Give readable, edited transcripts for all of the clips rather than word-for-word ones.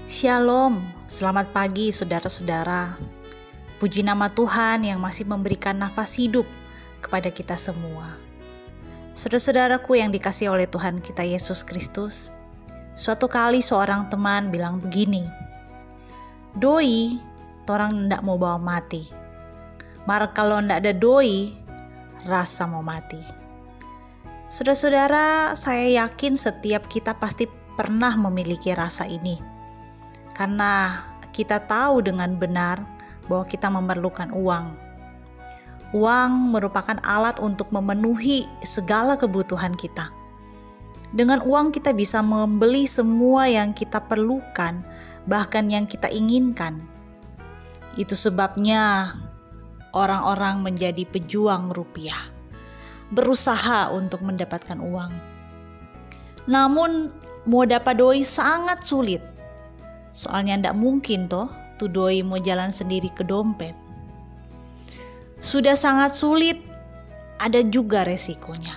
Shalom, selamat pagi saudara-saudara. Puji nama Tuhan yang masih memberikan nafas hidup kepada kita semua. Saudara-saudaraku yang dikasihi oleh Tuhan kita Yesus Kristus, suatu kali seorang teman bilang begini, "Doi, torang ndak mau bawa mati. Mar kalau ndak ada doi, rasa mau mati." Saudara-saudara, saya yakin setiap kita pasti pernah memiliki rasa ini. Karena kita tahu dengan benar bahwa kita memerlukan uang. Uang merupakan alat untuk memenuhi segala kebutuhan kita. Dengan uang kita bisa membeli semua yang kita perlukan, bahkan yang kita inginkan. Itu sebabnya orang-orang menjadi pejuang rupiah, berusaha untuk mendapatkan uang. Namun mau dapat doi sangat sulit. Soalnya ndak mungkin tuh doi mau jalan sendiri ke dompet. Sudah sangat sulit, ada juga resikonya.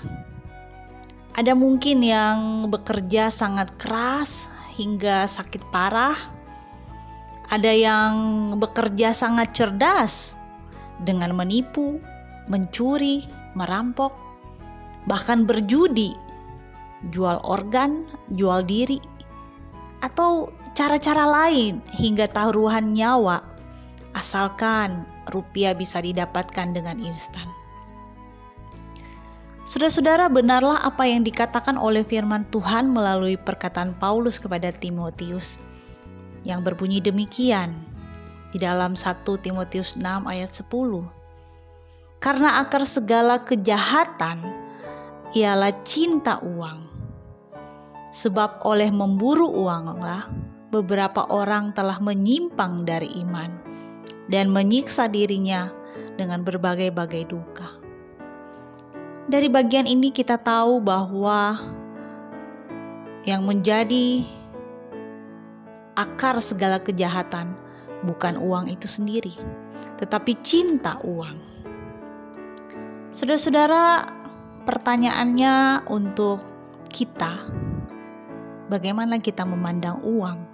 Ada mungkin yang bekerja sangat keras hingga sakit parah. Ada yang bekerja sangat cerdas dengan menipu, mencuri, merampok, bahkan berjudi, jual organ, jual diri, atau cara-cara lain hingga taruhan nyawa, asalkan rupiah bisa didapatkan dengan instan. Saudara-saudara, benarlah apa yang dikatakan oleh firman Tuhan melalui perkataan Paulus kepada Timotius yang berbunyi demikian di dalam 1 Timotius 6 ayat 10. Karena akar segala kejahatan ialah cinta uang. Sebab oleh memburu uanglah beberapa orang telah menyimpang dari iman dan menyiksa dirinya dengan berbagai-bagai duka. Dari bagian ini kita tahu bahwa yang menjadi akar segala kejahatan bukan uang itu sendiri, tetapi cinta uang. Saudara-saudara, pertanyaannya untuk kita, bagaimana kita memandang uang?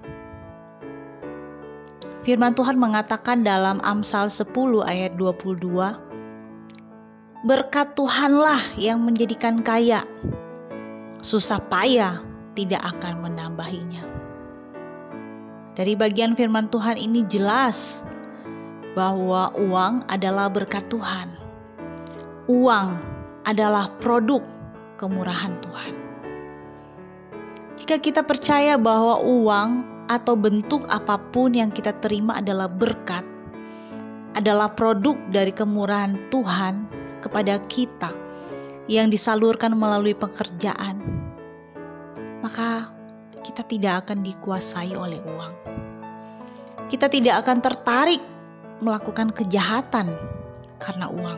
Firman Tuhan mengatakan dalam Amsal 10 ayat 22, "Berkat Tuhanlah yang menjadikan kaya, susah payah tidak akan menambahinya." Dari bagian firman Tuhan ini jelas bahwa uang adalah berkat Tuhan. Uang adalah produk kemurahan Tuhan. Jika kita percaya bahwa uang atau bentuk apapun yang kita terima adalah berkat, adalah produk dari kemurahan Tuhan kepada kita yang disalurkan melalui pekerjaan, maka kita tidak akan dikuasai oleh uang. Kita tidak akan tertarik melakukan kejahatan karena uang.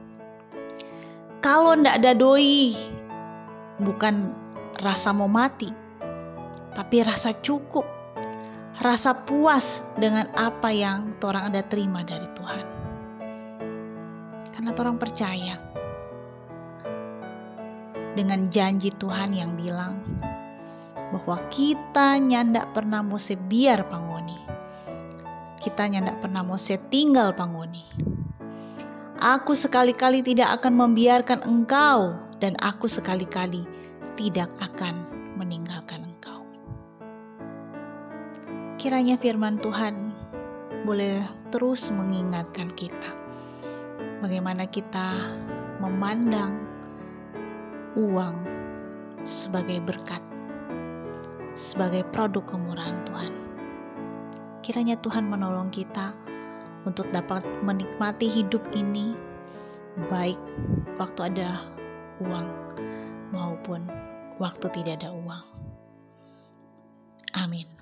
Kalau ndak ada doi, bukan rasa mau mati, tapi rasa cukup, rasa puas dengan apa yang torang ada terima dari Tuhan. Karena torang percaya dengan janji Tuhan yang bilang bahwa kita nyandak pernah mau sebiar pangoni, kita nyandak pernah mau setinggal pangoni. Aku sekali-kali tidak akan membiarkan engkau, dan aku sekali-kali tidak akan meninggalkan engkau. Kiranya firman Tuhan boleh terus mengingatkan kita bagaimana kita memandang uang sebagai berkat, sebagai produk kemurahan Tuhan. Kiranya Tuhan menolong kita untuk dapat menikmati hidup ini, baik waktu ada uang maupun waktu tidak ada uang. Amin.